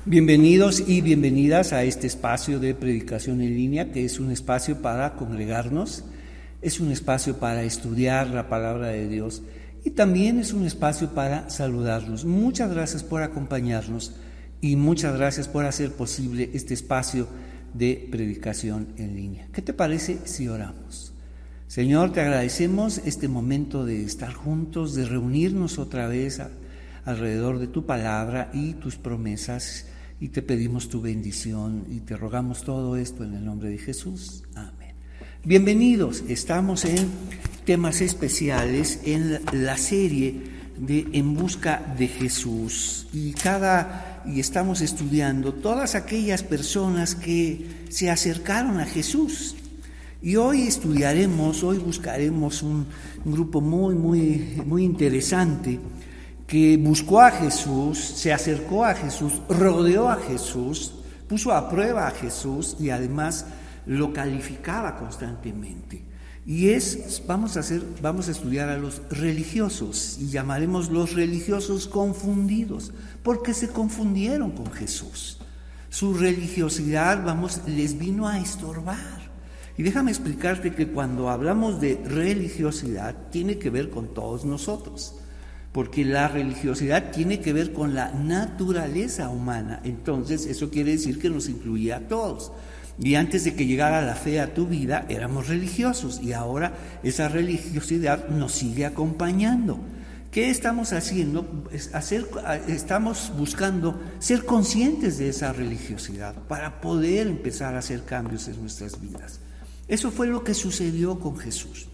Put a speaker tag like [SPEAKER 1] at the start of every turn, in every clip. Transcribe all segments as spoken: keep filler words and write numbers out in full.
[SPEAKER 1] Bienvenidos y bienvenidas a este espacio de predicación en línea, que es un espacio para congregarnos, es un espacio para estudiar la palabra de Dios y también es un espacio para saludarnos. Muchas gracias por acompañarnos y muchas gracias por hacer posible este espacio de predicación en línea. ¿Qué te parece si oramos? Señor, te agradecemos este momento de estar juntos, de reunirnos otra vez a, alrededor de tu palabra y tus promesas, y te pedimos tu bendición y te rogamos todo esto en el nombre de Jesús. Amén. Bienvenidos, estamos en temas especiales en la serie de En Busca de Jesús y cada y estamos estudiando todas aquellas personas que se acercaron a Jesús. Y hoy estudiaremos, hoy buscaremos un, un grupo muy, muy, muy interesante que buscó a Jesús, se acercó a Jesús, rodeó a Jesús, puso a prueba a Jesús y además lo calificaba constantemente. Y es, vamos a hacer, vamos a estudiar a los religiosos y llamaremos los religiosos confundidos, porque se confundieron con Jesús. Su religiosidad, vamos, les vino a estorbar. Y déjame explicarte que cuando hablamos de religiosidad tiene que ver con todos nosotros, porque la religiosidad tiene que ver con la naturaleza humana. Entonces eso quiere decir que nos incluía a todos. Y antes de que llegara la fe a tu vida éramos religiosos y ahora esa religiosidad nos sigue acompañando. ¿Qué estamos haciendo? Es hacer, estamos buscando ser conscientes de esa religiosidad para poder empezar a hacer cambios en nuestras vidas. Eso fue lo que sucedió con Jesús.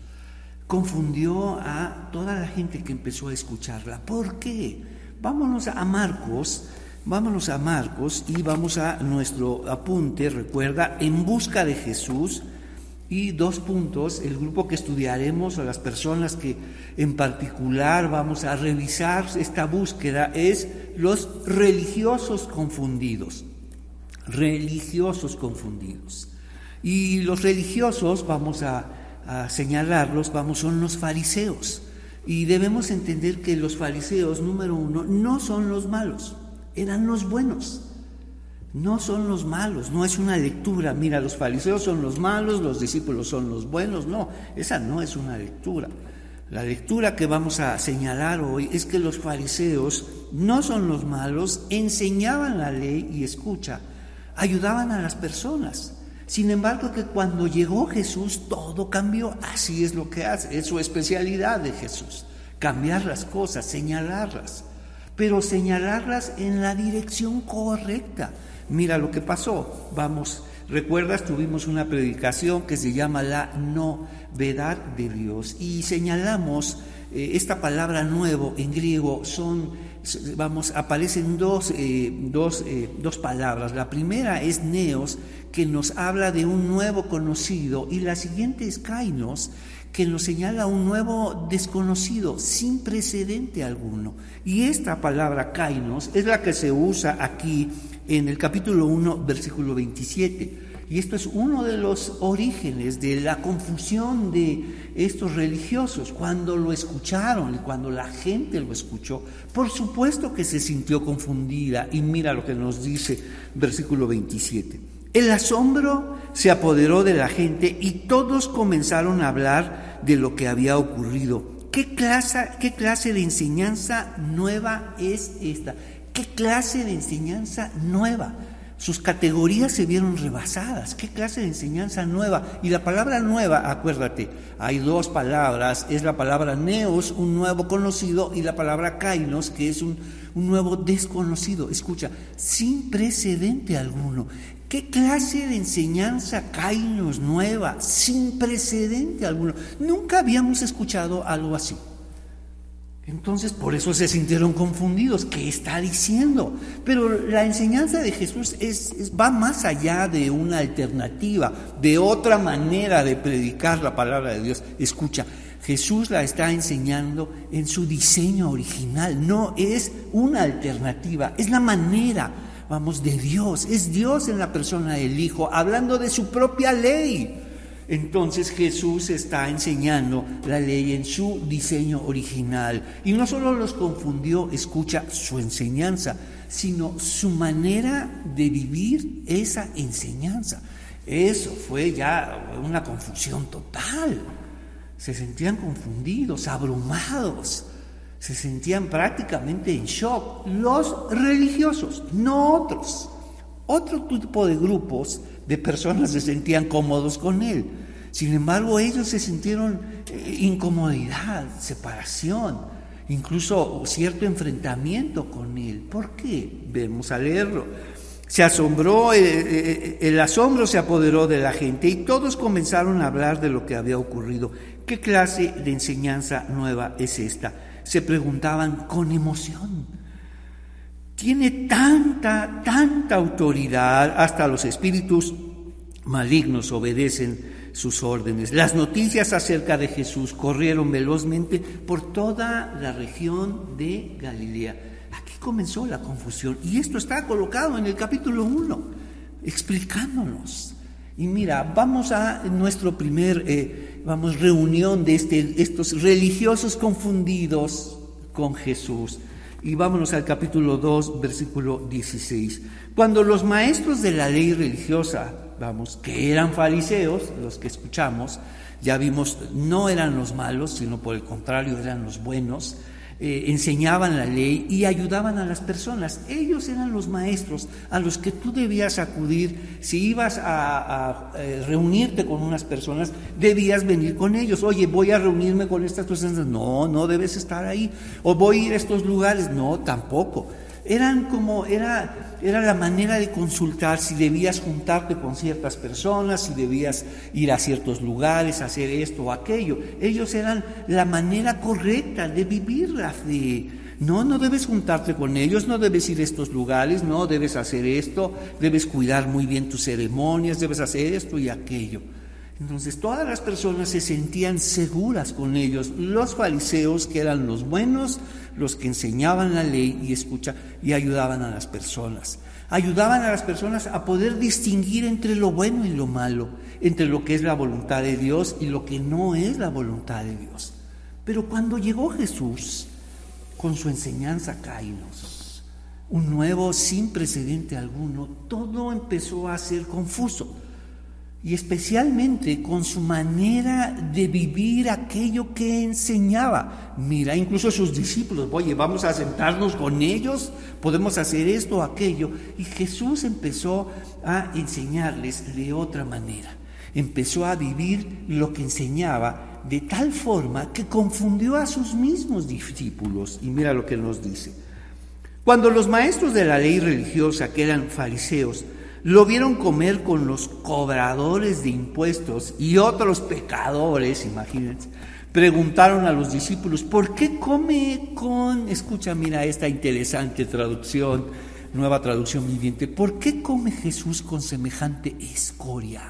[SPEAKER 1] Confundió a toda la gente que empezó a escucharla. ¿Por qué? Vámonos a Marcos, vámonos a Marcos y vamos a nuestro apunte, recuerda, En Busca de Jesús, y dos puntos, el grupo que estudiaremos o las personas que en particular vamos a revisar esta búsqueda es los religiosos confundidos, religiosos confundidos. Y los religiosos, vamos a a señalarlos, vamos, son los fariseos. Y debemos entender que los fariseos, número uno, no son los malos, eran los buenos. No son los malos, no es una lectura, mira, los fariseos son los malos, los discípulos son los buenos, no, esa no es una lectura. La lectura que vamos a señalar hoy es que los fariseos no son los malos, enseñaban la ley y escucha, ayudaban a las personas. Sin embargo, que cuando llegó Jesús todo cambió. Así es lo que hace, es su especialidad de Jesús, cambiar las cosas, señalarlas, pero señalarlas en la dirección correcta. Mira lo que pasó, vamos, recuerdas, tuvimos una predicación que se llama la novedad de Dios y señalamos eh, esta palabra nuevo en griego son... Vamos, aparecen dos, eh, dos, eh, dos palabras. La primera es neos, que nos habla de un nuevo conocido, y la siguiente es kainos, que nos señala un nuevo desconocido, sin precedente alguno. Y esta palabra kainos es la que se usa aquí en el capítulo uno, versículo veintisiete. Y esto es uno de los orígenes de la confusión de estos religiosos. Cuando lo escucharon y cuando la gente lo escuchó, por supuesto que se sintió confundida. Y mira lo que nos dice versículo veintisiete. El asombro se apoderó de la gente y todos comenzaron a hablar de lo que había ocurrido. ¿Qué clase, qué clase de enseñanza nueva es esta? ¿Qué clase de enseñanza nueva? Sus categorías se vieron rebasadas. ¿Qué clase de enseñanza nueva? Y la palabra nueva, acuérdate, hay dos palabras, es la palabra neos, un nuevo conocido, y la palabra kainos, que es un, un nuevo desconocido. Escucha, sin precedente alguno. ¿Qué clase de enseñanza kainos nueva, sin precedente alguno? Nunca habíamos escuchado algo así. Entonces, por eso se sintieron confundidos. ¿Qué está diciendo? Pero la enseñanza de Jesús es, es, va más allá de una alternativa, de otra manera de predicar la palabra de Dios. Escucha, Jesús la está enseñando en su diseño original. No es una alternativa, es la manera, vamos, de Dios. Es Dios en la persona del Hijo, hablando de su propia ley. Entonces Jesús está enseñando la ley en su diseño original. Y no solo los confundió, escucha, su enseñanza, sino su manera de vivir esa enseñanza. Eso fue ya una confusión total. Se sentían confundidos, abrumados, se sentían prácticamente en shock. Los religiosos, no otros. Otro tipo de grupos de personas se sentían cómodos con él. Sin embargo, ellos se sintieron eh, incomodidad, separación, incluso cierto enfrentamiento con él. ¿Por qué? Vamos a leerlo. Se asombró, eh, eh, el asombro se apoderó de la gente y todos comenzaron a hablar de lo que había ocurrido. ¿Qué clase de enseñanza nueva es esta? Se preguntaban con emoción. Tiene tanta, tanta autoridad, hasta los espíritus malignos obedecen sus órdenes. Las noticias acerca de Jesús corrieron velozmente por toda la región de Galilea. Aquí comenzó la confusión y esto está colocado en el capítulo uno, explicándonos. Y mira, vamos a nuestro primer, eh, vamos, reunión de este, estos religiosos confundidos con Jesús. Y vámonos al capítulo dos, versículo dieciséis. Cuando los maestros de la ley religiosa, vamos, que eran fariseos, los que escuchamos, ya vimos, no eran los malos, sino por el contrario, eran los buenos, eh, enseñaban la ley y ayudaban a las personas. Ellos eran los maestros a los que tú debías acudir. Si ibas a, a, a reunirte con unas personas, debías venir con ellos. Oye, voy a reunirme con estas personas. No, no debes estar ahí. O voy a ir a estos lugares. No, tampoco. Eran como, era, era la manera de consultar si debías juntarte con ciertas personas, si debías ir a ciertos lugares, hacer esto o aquello. Ellos eran la manera correcta de vivir la fe. No, no debes juntarte con ellos, no debes ir a estos lugares, no debes hacer esto, debes cuidar muy bien tus ceremonias, debes hacer esto y aquello. Entonces todas las personas se sentían seguras con ellos. Los fariseos, que eran los buenos, los que enseñaban la ley y escucha y ayudaban a las personas. Ayudaban a las personas a poder distinguir entre lo bueno y lo malo, entre lo que es la voluntad de Dios y lo que no es la voluntad de Dios. Pero cuando llegó Jesús con su enseñanza Kairos, un nuevo sin precedente alguno, todo empezó a ser confuso. Y especialmente con su manera de vivir aquello que enseñaba. Mira, incluso sus discípulos, oye, vamos a sentarnos con ellos, podemos hacer esto o aquello. Y Jesús empezó a enseñarles de otra manera. Empezó a vivir lo que enseñaba de tal forma que confundió a sus mismos discípulos. Y mira lo que nos dice. Cuando los maestros de la ley religiosa, que eran fariseos, lo vieron comer con los cobradores de impuestos y otros pecadores, imagínense, preguntaron a los discípulos, ¿por qué come con, escucha, mira esta interesante traducción, nueva traducción viviente, ¿por qué come Jesús con semejante escoria?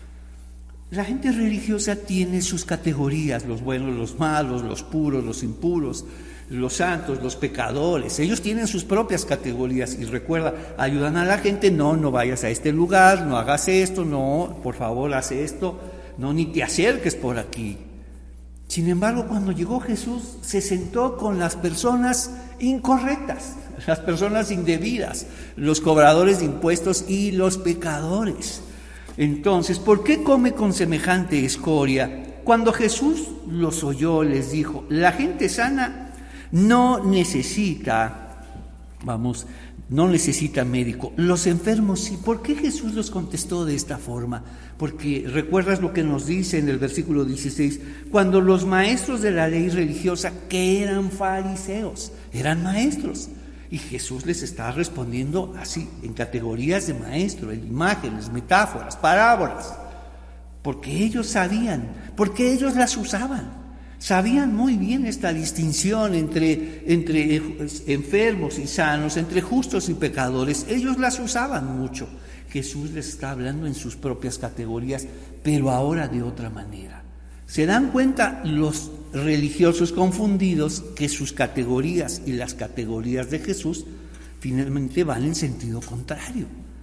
[SPEAKER 1] La gente religiosa tiene sus categorías, los buenos, los malos, los puros, los impuros, los santos, los pecadores. Ellos tienen sus propias categorías y recuerda, ayudan a la gente, no, no vayas a este lugar, no hagas esto, no, por favor, haz esto, no, ni te acerques por aquí. Sin embargo, cuando llegó Jesús, se sentó con las personas incorrectas, las personas indebidas, los cobradores de impuestos y los pecadores. Entonces, ¿por qué come con semejante escoria? Cuando Jesús los oyó, les dijo, la gente sana no necesita, vamos, no necesita médico, los enfermos sí. ¿Por qué Jesús los contestó de esta forma? Porque recuerdas lo que nos dice en el versículo dieciséis, cuando los maestros de la ley religiosa, que eran fariseos, eran maestros, y Jesús les está respondiendo así, en categorías de maestro, en imágenes, metáforas, parábolas, porque ellos sabían, porque ellos las usaban. Sabían muy bien esta distinción entre, entre enfermos y sanos, entre justos y pecadores. Ellos las usaban mucho. Jesús les está hablando en sus propias categorías, pero ahora de otra manera. ¿Se dan cuenta los religiosos confundidos que sus categorías y las categorías de Jesús finalmente van en sentido contrario?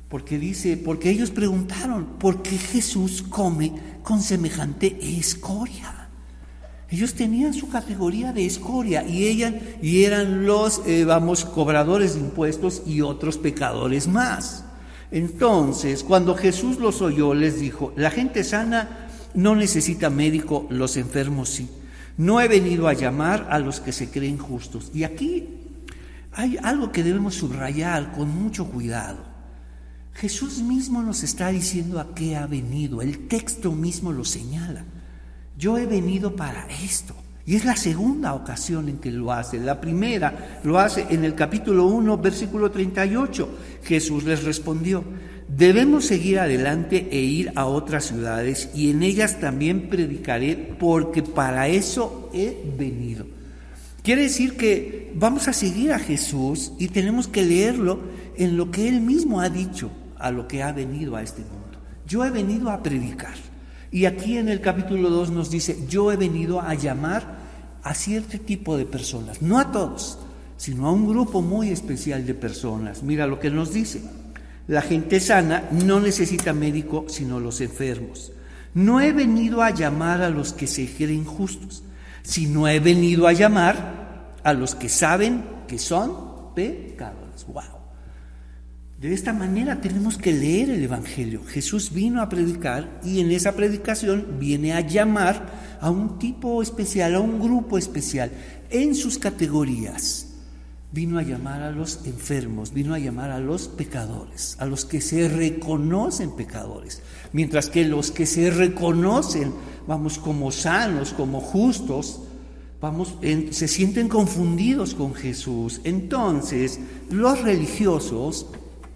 [SPEAKER 1] Porque dice, porque ellos preguntaron, ¿por qué Jesús come con semejante escoria? Ellos tenían su categoría de escoria y, ella, y eran los, eh, vamos, cobradores de impuestos y otros pecadores más. Entonces, cuando Jesús los oyó, les dijo, la gente sana no necesita médico, los enfermos sí. No he venido a llamar a los que se creen justos. Y aquí hay algo que debemos subrayar con mucho cuidado. Jesús mismo nos está diciendo a qué ha venido, el texto mismo lo señala. Yo he venido para esto. Y es la segunda ocasión en que lo hace. La primera lo hace en el capítulo uno, versículo treinta y ocho. Jesús les respondió, debemos seguir adelante e ir a otras ciudades y en ellas también predicaré porque para eso he venido. Quiere decir que vamos a seguir a Jesús y tenemos que leerlo en lo que Él mismo ha dicho a lo que ha venido a este mundo. Yo he venido a predicar. Y aquí en el capítulo dos nos dice, yo he venido a llamar a cierto tipo de personas, no a todos, sino a un grupo muy especial de personas. Mira lo que nos dice, la gente sana no necesita médico, sino los enfermos. No he venido a llamar a los que se creen justos, sino he venido a llamar a los que saben que son pecadores. ¡Wow! De esta manera tenemos que leer el Evangelio. Jesús vino a predicar y en esa predicación viene a llamar a un tipo especial, a un grupo especial, en sus categorías. Vino a llamar a los enfermos, vino a llamar a los pecadores, a los que se reconocen pecadores, mientras que los que se reconocen, vamos, como sanos, como justos, vamos, en, se sienten confundidos con Jesús. Entonces, los religiosos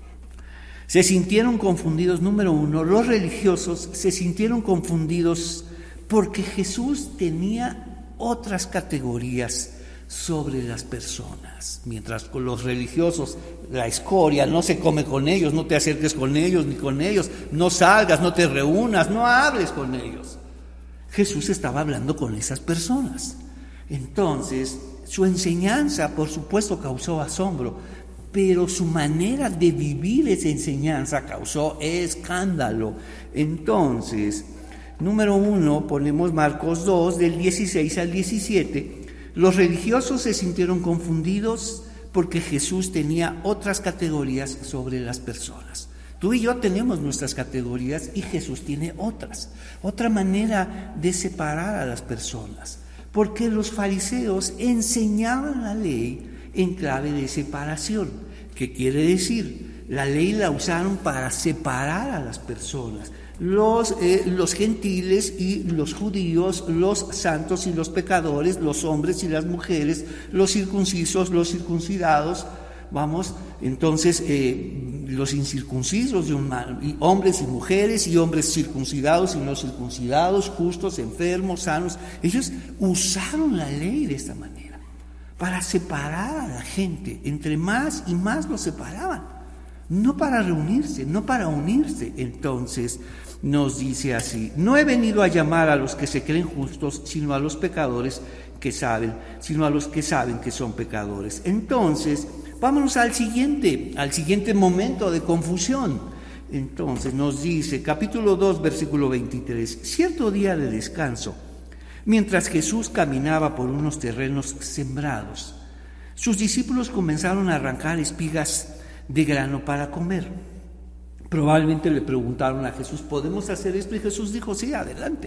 [SPEAKER 1] se sintieron confundidos, número uno, los religiosos se sintieron confundidos porque Jesús tenía otras categorías sobre las personas, mientras con los religiosos la escoria, no se come con ellos, no te acerques con ellos ni con ellos, no salgas, no te reúnas, no hables con ellos. Jesús estaba hablando con esas personas. Entonces, su enseñanza, por supuesto, causó asombro, pero su manera de vivir esa enseñanza causó escándalo. Entonces, número uno, ponemos Marcos dos, del dieciséis al diecisiete. Los religiosos se sintieron confundidos porque Jesús tenía otras categorías sobre las personas. Tú y yo tenemos nuestras categorías y Jesús tiene otras. Otra manera de separar a las personas. Porque los fariseos enseñaban la ley en clave de separación. ¿Qué quiere decir? La ley la usaron para separar a las personas. Los, eh, los gentiles y los judíos, los santos y los pecadores, los hombres y las mujeres, los circuncisos, los circuncidados, vamos, entonces eh, los incircuncisos, de un, y hombres y mujeres, y hombres circuncidados y no circuncidados, justos, enfermos, sanos. Ellos usaron la ley de esta manera, para separar a la gente, entre más y más los separaban, no para reunirse, no para unirse. Entonces nos dice así, no he venido a llamar a los que se creen justos, sino a los pecadores que saben, sino a los que saben que son pecadores. Entonces, vámonos al siguiente, al siguiente momento de confusión. Entonces nos dice, capítulo dos, versículo veintitrés, cierto día de descanso, mientras Jesús caminaba por unos terrenos sembrados, sus discípulos comenzaron a arrancar espigas de grano para comer. Probablemente le preguntaron a Jesús, ¿podemos hacer esto? Y Jesús dijo, sí, adelante.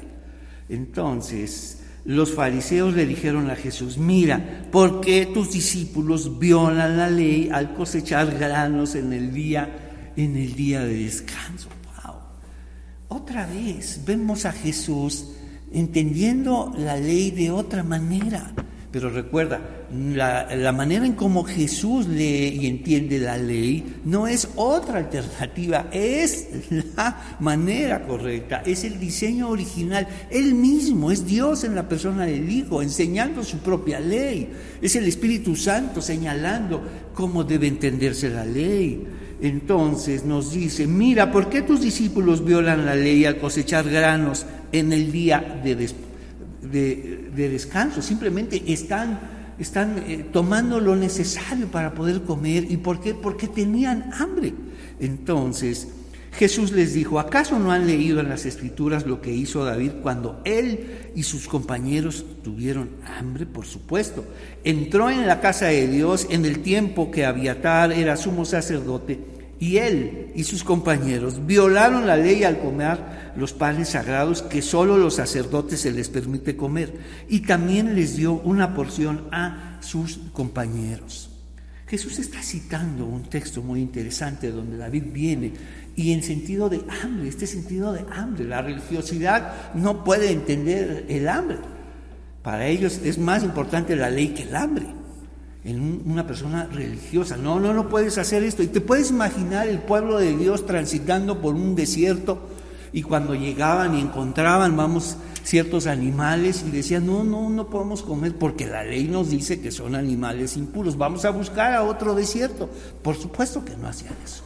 [SPEAKER 1] Entonces, los fariseos le dijeron a Jesús, mira, ¿por qué tus discípulos violan la ley al cosechar granos en el día, en el día de descanso? Wow. Otra vez vemos a Jesús entendiendo la ley de otra manera. Pero recuerda, la, la manera en cómo Jesús lee y entiende la ley no es otra alternativa, es la manera correcta, es el diseño original. Él mismo es Dios en la persona del Hijo, enseñando su propia ley. Es el Espíritu Santo señalando cómo debe entenderse la ley. Entonces nos dice, mira, ¿por qué tus discípulos violan la ley al cosechar granos en el día de después? De, de descanso? Simplemente están están eh, tomando lo necesario para poder comer. ¿Y por qué? Porque tenían hambre. Entonces Jesús les dijo: ¿acaso no han leído en las Escrituras lo que hizo David cuando él y sus compañeros tuvieron hambre? Por supuesto. Entró en la casa de Dios en el tiempo que Abiatar era sumo sacerdote, y él y sus compañeros violaron la ley al comer los panes sagrados que solo los sacerdotes se les permite comer, y también les dio una porción a sus compañeros. Jesús está citando un texto muy interesante donde David viene y en sentido de hambre, este sentido de hambre, la religiosidad no puede entender el hambre. Para ellos es más importante la ley que el hambre. En una persona religiosa, no, no, no puedes hacer esto. Y te puedes imaginar el pueblo de Dios transitando por un desierto, y cuando llegaban y encontraban, vamos, ciertos animales, y decían: no, no, no podemos comer porque la ley nos dice que son animales impuros, vamos a buscar a otro desierto. Por supuesto que no hacían eso.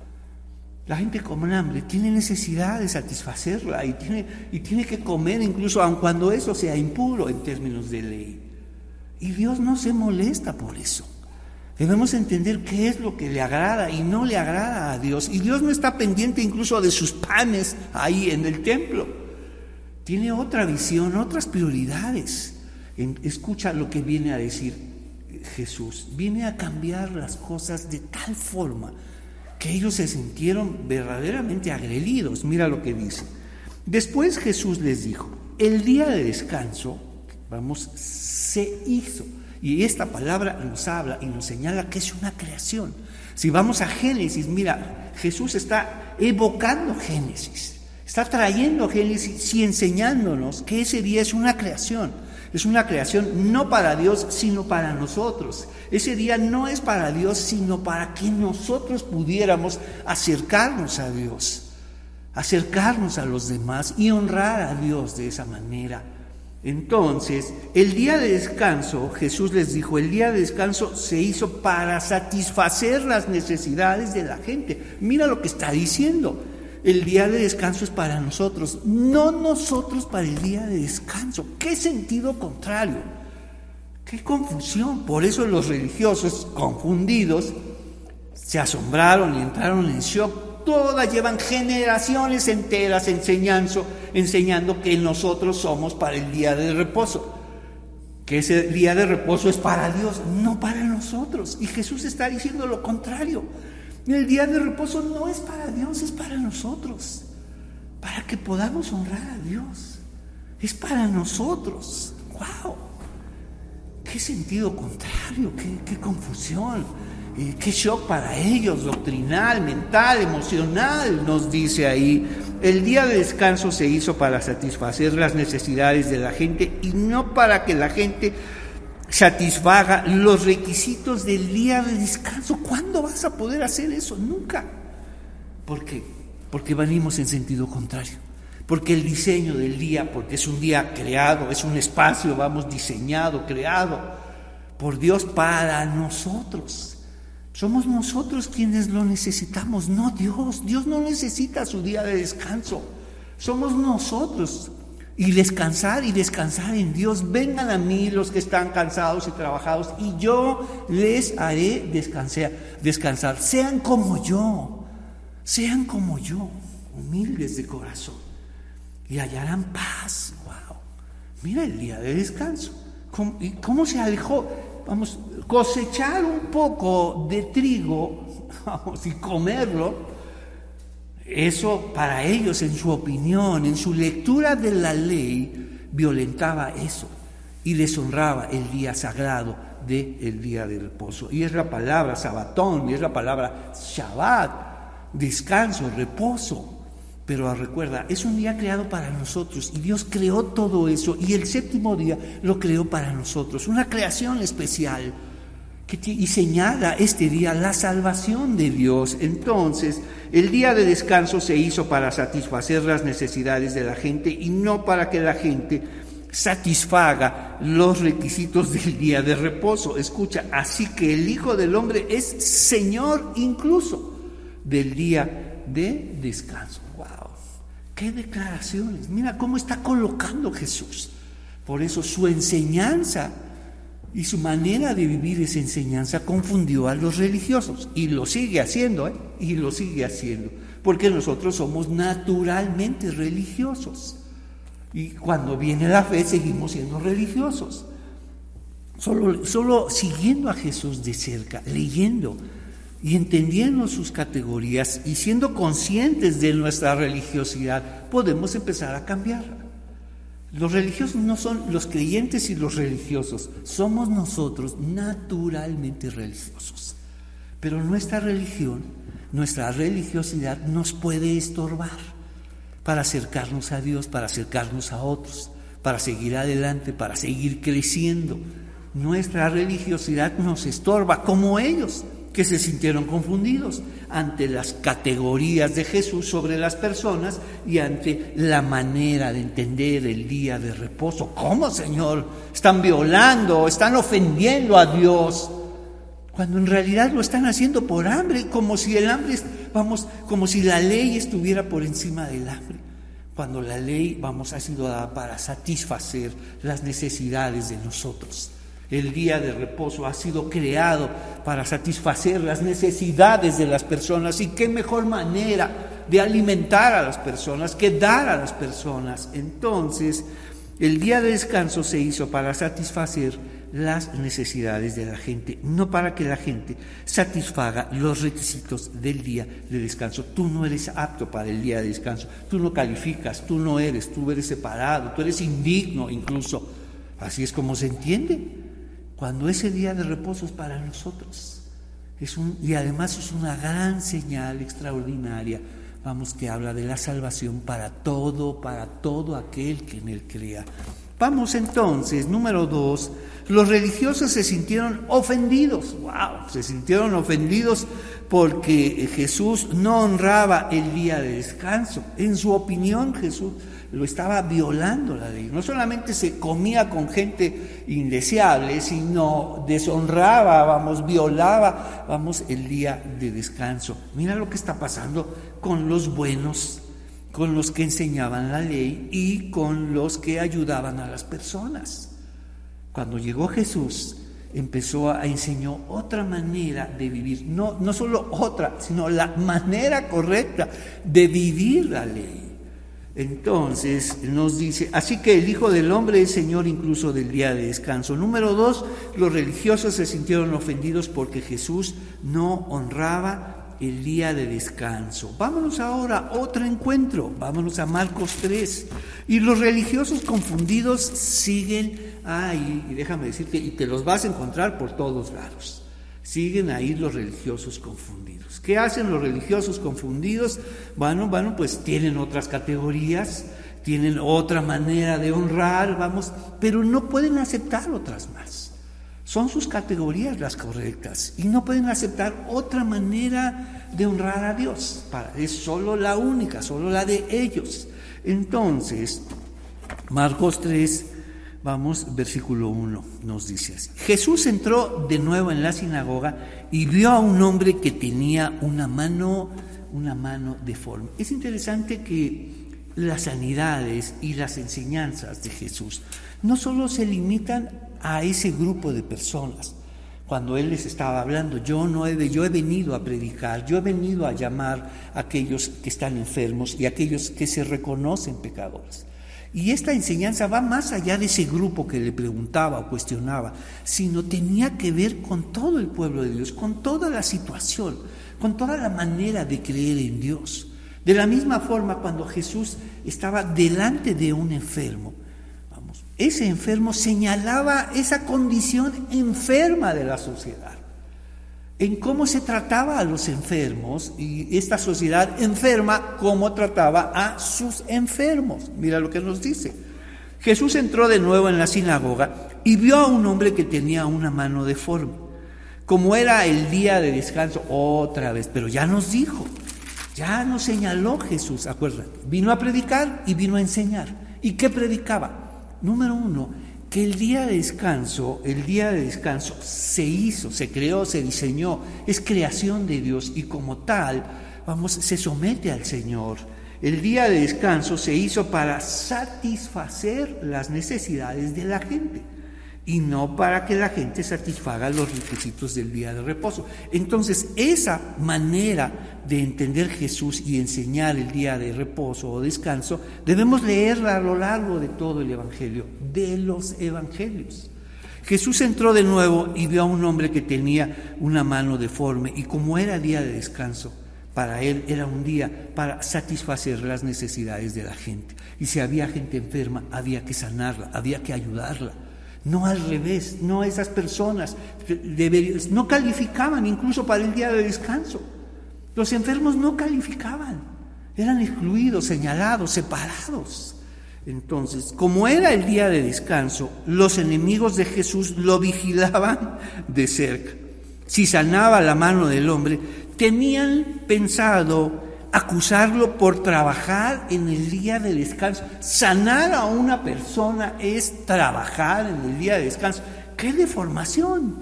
[SPEAKER 1] La gente con hambre tiene necesidad de satisfacerla y tiene, y tiene que comer incluso aun cuando eso sea impuro en términos de ley. Y Dios no se molesta por eso. Debemos entender qué es lo que le agrada y no le agrada a Dios. Y Dios no está pendiente incluso de sus panes ahí en el templo. Tiene otra visión, otras prioridades. Escucha lo que viene a decir Jesús. Viene a cambiar las cosas de tal forma que ellos se sintieron verdaderamente agredidos. Mira lo que dice. Después Jesús les dijo: el día de descanso, vamos, se hizo. Y esta palabra nos habla y nos señala que es una creación. Si vamos a Génesis, mira, Jesús está evocando Génesis, está trayendo Génesis y enseñándonos que ese día es una creación. Es una creación no para Dios, sino para nosotros. Ese día no es para Dios, sino para que nosotros pudiéramos acercarnos a Dios, acercarnos a los demás y honrar a Dios de esa manera. Entonces, el día de descanso, Jesús les dijo, el día de descanso se hizo para satisfacer las necesidades de la gente. Mira lo que está diciendo. El día de descanso es para nosotros, no nosotros para el día de descanso. ¿Qué sentido contrario? ¡Qué confusión! Por eso los religiosos confundidos se asombraron y entraron en shock. Todas llevan generaciones enteras enseñando, enseñando que nosotros somos para el día de reposo, que ese día de reposo es para Dios, no para nosotros. Y Jesús está diciendo lo contrario. El día de reposo no es para Dios, es para nosotros, para que podamos honrar a Dios. Es para nosotros. ¡Wow! ¡Qué sentido contrario! ¡Qué, qué confusión! Eh, ¡Qué shock para ellos! Doctrinal, mental, emocional, nos dice ahí. El día de descanso se hizo para satisfacer las necesidades de la gente y no para que la gente satisfaga los requisitos del día de descanso. ¿Cuándo vas a poder hacer eso? Nunca. ¿Por qué? Porque venimos en sentido contrario. Porque el diseño del día, porque es un día creado, es un espacio, vamos, diseñado, creado por Dios para nosotros. Somos nosotros quienes lo necesitamos, no Dios. Dios no necesita su día de descanso. Somos nosotros. Y descansar y descansar en Dios. Vengan a mí los que están cansados y trabajados y yo les haré descansar. descansar. Sean como yo, sean como yo, humildes de corazón y hallarán paz. Wow. Mira el día de descanso. ¿Cómo, y cómo se alejó? Vamos, cosechar un poco de trigo, vamos, y comerlo. Eso para ellos, en su opinión, en su lectura de la ley, violentaba eso y deshonraba el día sagrado del día de reposo. Y es la palabra sabatón, y es la palabra Shabbat, descanso, reposo. Pero recuerda, es un día creado para nosotros y Dios creó todo eso y el séptimo día lo creó para nosotros, una creación especial. Y señala este día la salvación de Dios. Entonces, el día de descanso se hizo para satisfacer las necesidades de la gente y no para que la gente satisfaga los requisitos del día de reposo. Escucha, así que el Hijo del Hombre es Señor incluso del día de descanso. ¡Wow! ¡Qué declaraciones! Mira cómo está colocando Jesús. Por eso su enseñanza Y su manera de vivir esa enseñanza confundió a los religiosos, y lo sigue haciendo, ¿eh? y lo sigue haciendo, porque nosotros somos naturalmente religiosos, y cuando viene la fe seguimos siendo religiosos. Solo, solo siguiendo a Jesús de cerca, leyendo y entendiendo sus categorías y siendo conscientes de nuestra religiosidad, podemos empezar a cambiarla. Los religiosos no son los creyentes y los religiosos, somos nosotros naturalmente religiosos. Pero nuestra religión, nuestra religiosidad nos puede estorbar para acercarnos a Dios, para acercarnos a otros, para seguir adelante, para seguir creciendo. Nuestra religiosidad nos estorba, como ellos, que se sintieron confundidos ante las categorías de Jesús sobre las personas y ante la manera de entender el día de reposo. ¿Cómo, Señor? Están violando, están ofendiendo a Dios, cuando en realidad lo están haciendo por hambre, como si el hambre, vamos, como si la ley estuviera por encima del hambre, cuando la ley, vamos, ha sido dada para satisfacer las necesidades de nosotros. El día de reposo ha sido creado para satisfacer las necesidades de las personas, y qué mejor manera de alimentar a las personas que dar a las personas. Entonces, el día de descanso se hizo para satisfacer las necesidades de la gente, no para que la gente satisfaga los requisitos del día de descanso. Tú no eres apto para el día de descanso, tú no calificas, tú no eres, tú eres separado, tú eres indigno incluso. Así es como se entiende. Cuando ese día de reposo es para nosotros, es un, y además es una gran señal extraordinaria, vamos, que habla de la salvación para todo, para todo aquel que en él crea. Vamos entonces, número dos, los religiosos se sintieron ofendidos, wow, se sintieron ofendidos porque Jesús no honraba el día de descanso. En su opinión, Jesús lo estaba violando la ley. No solamente se comía con gente indeseable, sino deshonraba, vamos, violaba, vamos, el día de descanso. Mira lo que está pasando con los buenos, con los que enseñaban la ley y con los que ayudaban a las personas. Cuando llegó Jesús, empezó a enseñar otra manera de vivir, no, no solo otra, sino la manera correcta de vivir la ley. Entonces nos dice, así que el Hijo del Hombre es Señor incluso del día de descanso. Número dos, los religiosos se sintieron ofendidos porque Jesús no honraba el día de descanso. Vámonos ahora a otro encuentro, vámonos a Marcos tres. Y los religiosos confundidos siguen ahí, y déjame decirte, y te los vas a encontrar por todos lados. Siguen ahí los religiosos confundidos. ¿Qué hacen los religiosos confundidos? Bueno, bueno, pues tienen otras categorías, tienen otra manera de honrar, vamos, pero no pueden aceptar otras más. Son sus categorías las correctas y no pueden aceptar otra manera de honrar a Dios. Para, es solo la única, solo la de ellos. Entonces, Marcos tres, vamos, versículo uno, nos dice así. Jesús entró de nuevo en la sinagoga y vio a un hombre que tenía una mano, una mano deforme. Es interesante que las sanidades y las enseñanzas de Jesús no solo se limitan a ese grupo de personas. Cuando Él les estaba hablando, yo no he, yo he venido a predicar, yo he venido a llamar a aquellos que están enfermos y a aquellos que se reconocen pecadores. Y esta enseñanza va más allá de ese grupo que le preguntaba o cuestionaba, sino tenía que ver con todo el pueblo de Dios, con toda la situación, con toda la manera de creer en Dios. De la misma forma, cuando Jesús estaba delante de un enfermo, vamos, ese enfermo señalaba esa condición enferma de la sociedad, en cómo se trataba a los enfermos, y esta sociedad enferma, cómo trataba a sus enfermos. Mira lo que nos dice. Jesús entró de nuevo en la sinagoga y vio a un hombre que tenía una mano deforme. Como era el día de descanso, otra vez, pero ya nos dijo, ya nos señaló Jesús, acuérdate, vino a predicar y vino a enseñar. ¿Y qué predicaba? Número uno, que el día de descanso, el día de descanso se hizo, se creó, se diseñó, es creación de Dios y como tal, vamos, se somete al Señor. El día de descanso se hizo para satisfacer las necesidades de la gente. y no para que la gente satisfaga los requisitos del día de reposo. Entonces, esa manera de entender Jesús y enseñar el día de reposo o descanso, debemos leerla a lo largo de todo el Evangelio, de los Evangelios. Jesús entró de nuevo y vio a un hombre que tenía una mano deforme, y como era día de descanso, para él era un día para satisfacer las necesidades de la gente. Y si había gente enferma, había que sanarla, había que ayudarla. No al revés, no esas personas deberían, no calificaban incluso para el día de descanso. Los enfermos no calificaban, eran excluidos, señalados, separados. Entonces, como era el día de descanso, los enemigos de Jesús lo vigilaban de cerca. Si sanaba la mano del hombre, tenían pensado acusarlo por trabajar en el día de descanso. Sanar a una persona es trabajar en el día de descanso. ¡Qué deformación!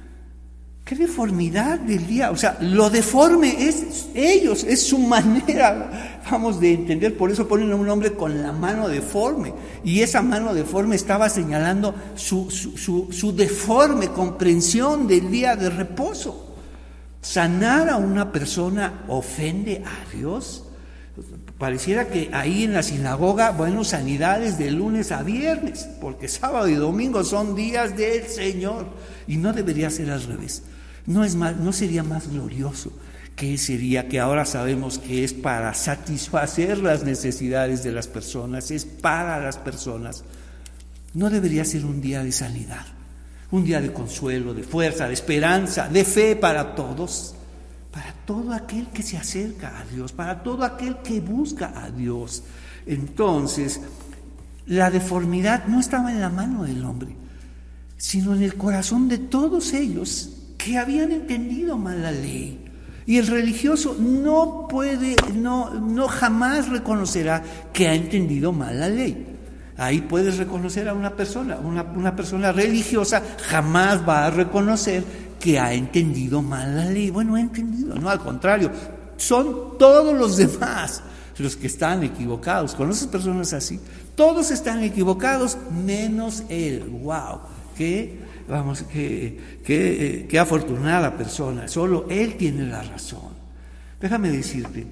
[SPEAKER 1] ¡Qué deformidad del día! O sea, lo deforme es ellos, es su manera, vamos, de entender. Por eso ponen a un hombre con la mano deforme. Y esa mano deforme estaba señalando su, su, su, su deforme comprensión del día de reposo. ¿Sanar a una persona ofende a Dios? Pareciera que ahí en la sinagoga, bueno, sanidades de lunes a viernes, porque sábado y domingo son días del Señor, y no debería ser al revés. No es más, no sería más glorioso que ese día que ahora sabemos que es para satisfacer las necesidades de las personas, es para las personas. No debería ser un día de sanidad. Un día de consuelo, de fuerza, de esperanza, de fe para todos, para todo aquel que se acerca a Dios, para todo aquel que busca a Dios. Entonces, la deformidad no estaba en la mano del hombre, sino en el corazón de todos ellos que habían entendido mal la ley. Y el religioso no puede, no, no jamás reconocerá que ha entendido mal la ley. Ahí puedes reconocer a una persona, una, una persona religiosa jamás va a reconocer que ha entendido mal la ley. Bueno, ha entendido, no, al contrario, son todos los demás los que están equivocados. ¿Conoces personas así? Todos están equivocados menos él. ¡Wow! Qué, vamos, qué, qué, qué afortunada persona. Solo él tiene la razón. Déjame decirte,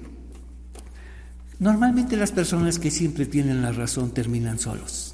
[SPEAKER 1] normalmente las personas que siempre tienen la razón terminan solos.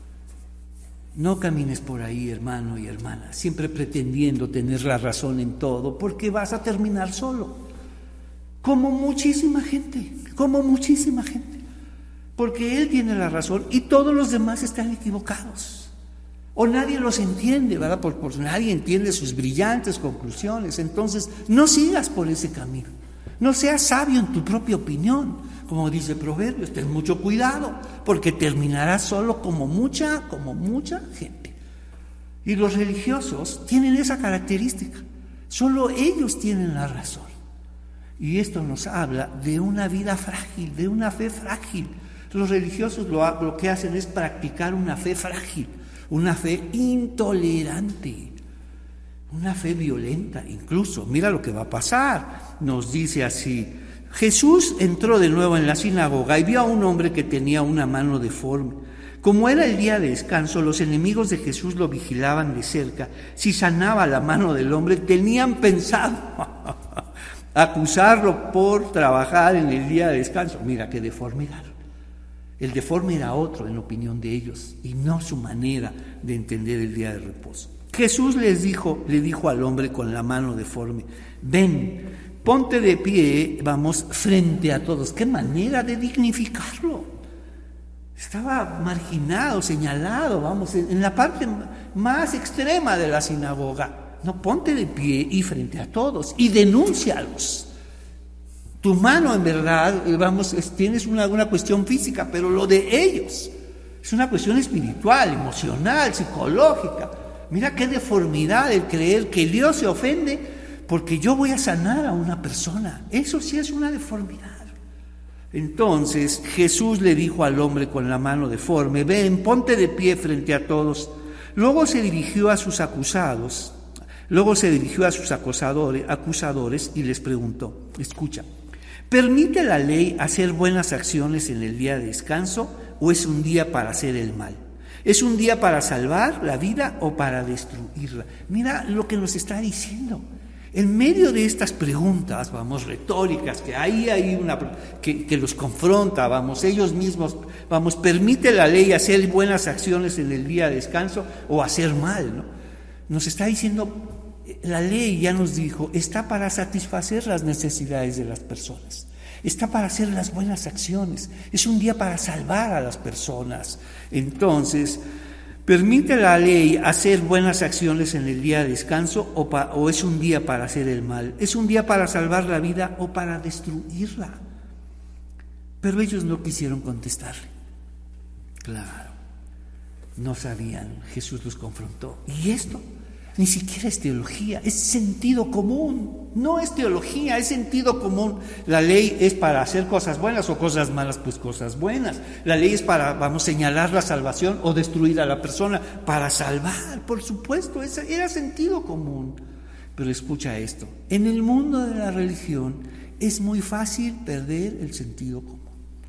[SPEAKER 1] No camines por ahí, hermano y hermana, siempre pretendiendo tener la razón en todo, porque vas a terminar solo. Como muchísima gente, como muchísima gente. Porque él tiene la razón y todos los demás están equivocados. O nadie los entiende, ¿verdad? Porque por, nadie entiende sus brillantes conclusiones. Entonces, no sigas por ese camino. No seas sabio en tu propia opinión. Como dice Proverbios, ten mucho cuidado, porque terminarás solo como mucha, como mucha gente. Y los religiosos tienen esa característica. Solo ellos tienen la razón. Y esto nos habla de una vida frágil, de una fe frágil. Los religiosos lo, lo que hacen es practicar una fe frágil, una fe intolerante, una fe violenta incluso. Mira lo que va a pasar. Nos dice así: Jesús entró de nuevo en la sinagoga y vio a un hombre que tenía una mano deforme. Como era el día de descanso, los enemigos de Jesús lo vigilaban de cerca. Si sanaba la mano del hombre, tenían pensado acusarlo por trabajar en el día de descanso. Mira qué deformidad. El deforme era otro en opinión de ellos y no su manera de entender el día de reposo. Jesús les dijo, le dijo al hombre con la mano deforme: ven, ponte de pie, vamos, frente a todos. ¡Qué manera de dignificarlo! Estaba marginado, señalado, vamos, en la parte más extrema de la sinagoga. No, ponte de pie y frente a todos y denúncialos. Tu mano, en verdad, vamos, es, tienes una, una cuestión física, pero lo de ellos es una cuestión espiritual, emocional, psicológica. Mira qué deformidad el creer que Dios se ofende porque yo voy a sanar a una persona. Eso sí es una deformidad. Entonces Jesús le dijo al hombre con la mano deforme: ven, ponte de pie frente a todos. Luego se dirigió a sus acusados, luego se dirigió a sus acusadores, acusadores y les preguntó: escucha, ¿permite la ley hacer buenas acciones en el día de descanso o es un día para hacer el mal? ¿Es un día para salvar la vida o para destruirla? Mira lo que nos está diciendo. En medio de estas preguntas, vamos, retóricas, que ahí hay una que, que los confronta, vamos, ellos mismos, vamos, ¿permite la ley hacer buenas acciones en el día de descanso o hacer mal, ¿no? Nos está diciendo, la ley ya nos dijo, está para satisfacer las necesidades de las personas, está para hacer las buenas acciones, es un día para salvar a las personas. Entonces, ¿permite la ley hacer buenas acciones en el día de descanso o, pa, o es un día para hacer el mal? ¿Es un día para salvar la vida o para destruirla? Pero ellos no quisieron contestarle. Claro, no sabían, Jesús los confrontó. ¿Y esto? Ni siquiera es teología, es sentido común. No es teología, es sentido común. La ley es para hacer cosas buenas o cosas malas, pues cosas buenas. La ley es para, vamos, señalar la salvación o destruir a la persona, para salvar, por supuesto, ese era sentido común. Pero escucha esto, en el mundo de la religión es muy fácil perder el sentido común.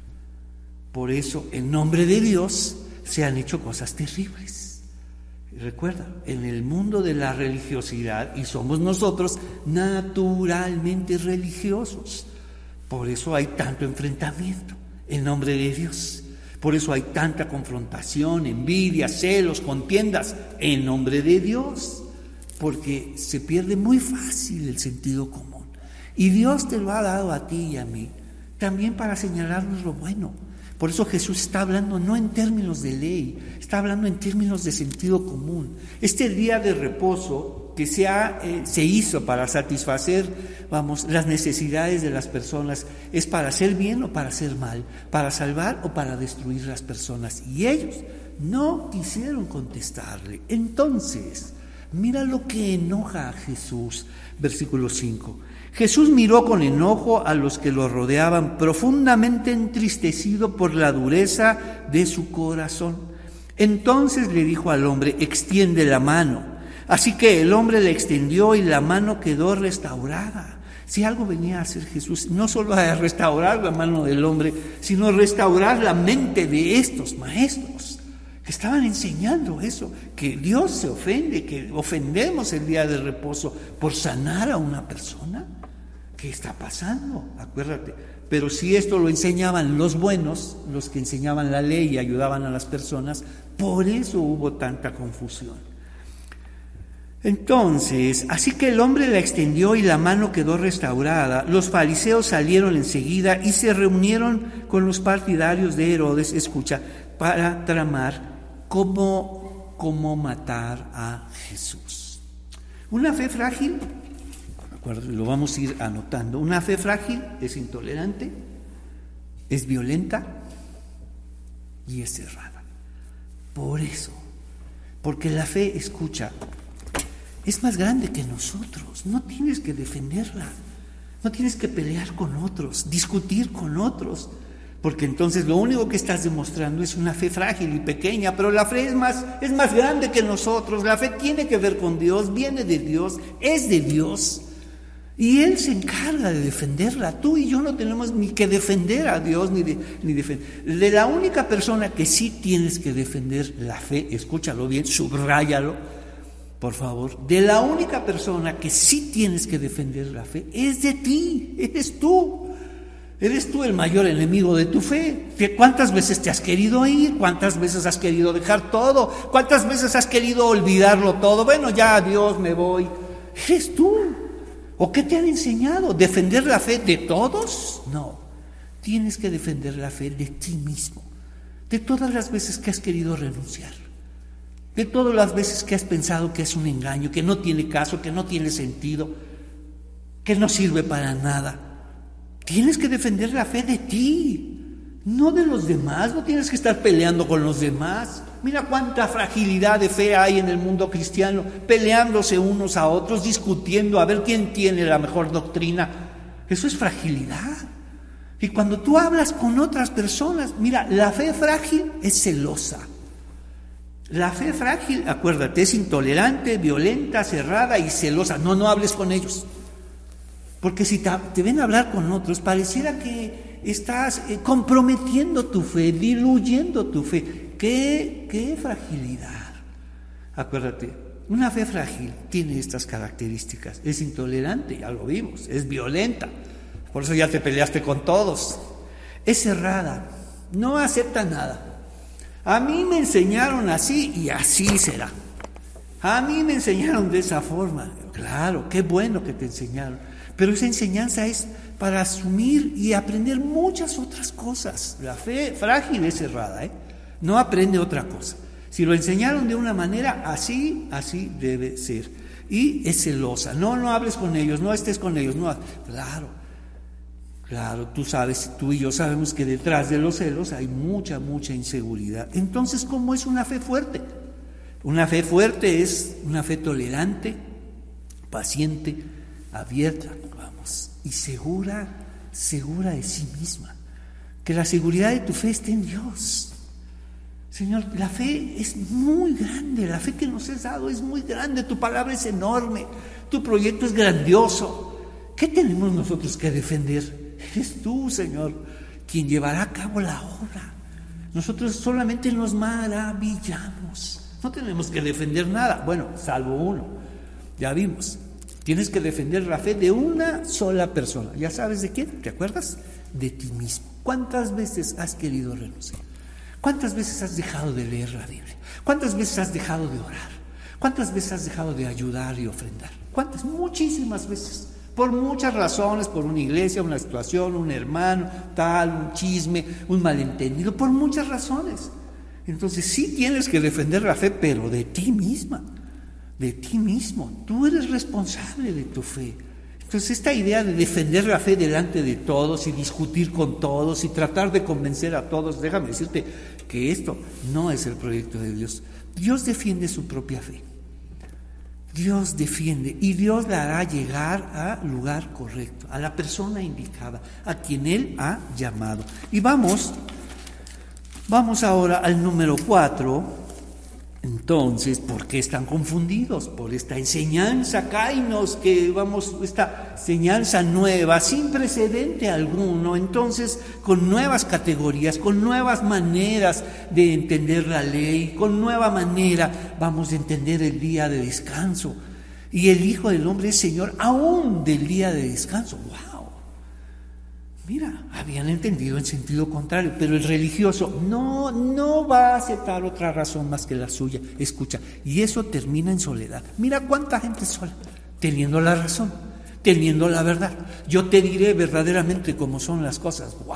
[SPEAKER 1] Por eso, en nombre de Dios, se han hecho cosas terribles. Recuerda, en el mundo de la religiosidad, y somos nosotros naturalmente religiosos, por eso hay tanto enfrentamiento en nombre de Dios, por eso hay tanta confrontación, envidia, celos, contiendas en nombre de Dios, porque se pierde muy fácil el sentido común. Y Dios te lo ha dado a ti y a mí, también para señalarnos lo bueno. Por eso Jesús está hablando no en términos de ley, está hablando en términos de sentido común. Este día de reposo que se, ha, eh, se hizo para satisfacer, vamos, las necesidades de las personas, es para hacer bien o para hacer mal, para salvar o para destruir las personas. Y ellos no quisieron contestarle. Entonces, mira lo que enoja a Jesús, versículo cinco. Jesús miró con enojo a los que lo rodeaban, profundamente entristecido por la dureza de su corazón. Entonces le dijo al hombre, extiende la mano. Así que el hombre le extendió y la mano quedó restaurada. Si algo venía a hacer Jesús, no solo a restaurar la mano del hombre, sino restaurar la mente de estos maestros que estaban enseñando eso, que Dios se ofende, que ofendemos el día de reposo por sanar a una persona. ¿Qué está pasando? Acuérdate. Pero si esto lo enseñaban los buenos, los que enseñaban la ley y ayudaban a las personas, por eso hubo tanta confusión. Entonces, así que el hombre la extendió y la mano quedó restaurada. Los fariseos salieron enseguida y se reunieron con los partidarios de Herodes, escucha, para tramar cómo, cómo matar a Jesús. Una fe frágil, lo vamos a ir anotando, una fe frágil es intolerante, es violenta y es cerrada. Por eso, porque la fe, escucha, es más grande que nosotros, no tienes que defenderla, no tienes que pelear con otros, discutir con otros, porque entonces lo único que estás demostrando es una fe frágil y pequeña, pero la fe es más, es más grande que nosotros, la fe tiene que ver con Dios, viene de Dios, es de Dios, y Él se encarga de defenderla. Tú y yo no tenemos ni que defender a Dios, ni, de, ni defender. De la única persona que sí tienes que defender la fe, escúchalo bien, subráyalo, por favor, de la única persona que sí tienes que defender la fe, es de ti, eres tú. Eres tú el mayor enemigo de tu fe. ¿Cuántas veces te has querido ir? ¿Cuántas veces has querido dejar todo? ¿Cuántas veces has querido olvidarlo todo? Bueno, ya adiós, me voy. Eres tú. ¿O qué te han enseñado? ¿Defender la fe de todos? No. Tienes que defender la fe de ti mismo. De todas las veces que has querido renunciar. De todas las veces que has pensado que es un engaño, que no tiene caso, que no tiene sentido, que no sirve para nada. Tienes que defender la fe de ti, no de los demás. No tienes que estar peleando con los demás. Mira cuánta fragilidad de fe hay en el mundo cristiano, peleándose unos a otros, discutiendo a ver quién tiene la mejor doctrina. Eso es fragilidad. Y cuando tú hablas con otras personas, mira, la fe frágil es celosa. La fe frágil, acuérdate, es intolerante, violenta, cerrada y celosa. No, no hables con ellos. Porque si te, te ven a hablar con otros, pareciera que estás eh, comprometiendo tu fe, diluyendo tu fe. qué, qué fragilidad. Acuérdate, una fe frágil tiene estas características. Es intolerante, ya lo vimos, es violenta. Por eso ya te peleaste con todos. Es cerrada, no acepta nada. A mí me enseñaron así y así será. A mí me enseñaron de esa forma. Claro, qué bueno que te enseñaron. Pero esa enseñanza es para asumir y aprender muchas otras cosas. La fe frágil es cerrada, ¿eh? No aprende otra cosa. Si lo enseñaron de una manera, así, así debe ser. Y es celosa. No, no hables con ellos, no estés con ellos. No. Claro, claro, tú sabes, tú y yo sabemos que detrás de los celos hay mucha, mucha inseguridad. Entonces, ¿cómo es una fe fuerte? Una fe fuerte es una fe tolerante, paciente, abierta, vamos, y segura, segura de sí misma. Que la seguridad de tu fe esté en Dios. Señor, la fe es muy grande, la fe que nos has dado es muy grande, tu palabra es enorme, tu proyecto es grandioso. ¿Qué tenemos nosotros que defender? Eres tú, Señor, quien llevará a cabo la obra. Nosotros solamente nos maravillamos. No tenemos que defender nada, bueno, salvo uno, ya vimos. Tienes que defender la fe de una sola persona. ¿Ya sabes de quién? ¿Te acuerdas? De ti mismo. ¿Cuántas veces has querido renunciar? ¿Cuántas veces has dejado de leer la Biblia? ¿Cuántas veces has dejado de orar? ¿Cuántas veces has dejado de ayudar y ofrendar? ¿Cuántas? Muchísimas veces. Por muchas razones, por una iglesia, una situación, un hermano, tal, un chisme, un malentendido, por muchas razones. Entonces sí tienes que defender la fe, pero de ti misma, de ti mismo. Tú eres responsable de tu fe. Entonces esta idea de defender la fe delante de todos y discutir con todos y tratar de convencer a todos, déjame decirte que esto no es el proyecto de Dios. Dios defiende su propia fe. Dios defiende y Dios la hará llegar al lugar correcto, a la persona indicada, a quien Él ha llamado. Y vamos... Vamos ahora al número cuatro. Entonces, ¿por qué están confundidos? Por esta enseñanza, kainos, que vamos, esta enseñanza nueva, sin precedente alguno, entonces con nuevas categorías, con nuevas maneras de entender la ley, con nueva manera vamos a entender el día de descanso. Y el Hijo del Hombre es Señor aún del día de descanso. ¡Wow! Mira, habían entendido en sentido contrario, pero el religioso no, no va a aceptar otra razón más que la suya. Escucha, y eso termina en soledad. Mira cuánta gente sola, teniendo la razón, teniendo la verdad. Yo te diré verdaderamente cómo son las cosas. ¡Wow!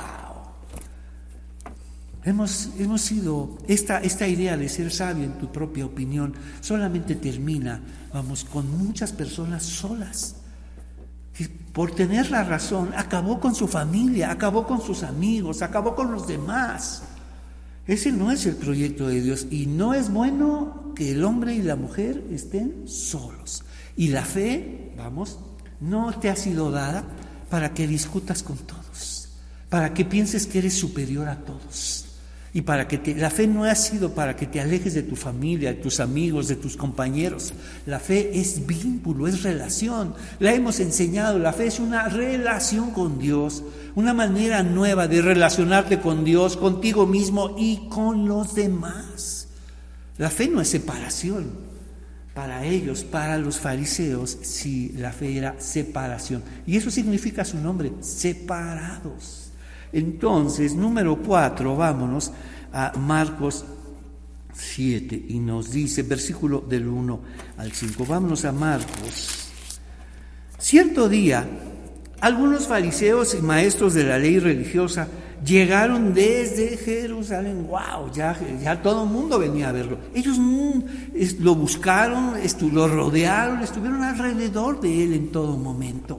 [SPEAKER 1] Hemos, hemos sido, esta, esta idea de ser sabio en tu propia opinión solamente termina, vamos, con muchas personas solas. Que por tener la razón acabó con su familia, acabó con sus amigos, acabó con los demás. Ese no es el proyecto de Dios y no es bueno que el hombre y la mujer estén solos. Y la fe, vamos, no te ha sido dada para que discutas con todos, para que pienses que eres superior a todos. Y para que te, la fe no ha sido para que te alejes de tu familia, de tus amigos, de tus compañeros. La fe es vínculo, es relación. La hemos enseñado, la fe es una relación con Dios, una manera nueva de relacionarte con Dios, contigo mismo y con los demás. La fe no es separación. Para ellos, para los fariseos, sí, la fe era separación. Y eso significa su nombre, separados. Entonces, número cuatro, vámonos a Marcos siete y nos dice, versículo del uno al cinco, vámonos a Marcos. Cierto día, algunos fariseos y maestros de la ley religiosa llegaron desde Jerusalén. ¡Wow! Ya, ya todo el mundo venía a verlo. Ellos mm, es, lo buscaron, estu- lo rodearon, estuvieron alrededor de él en todo momento.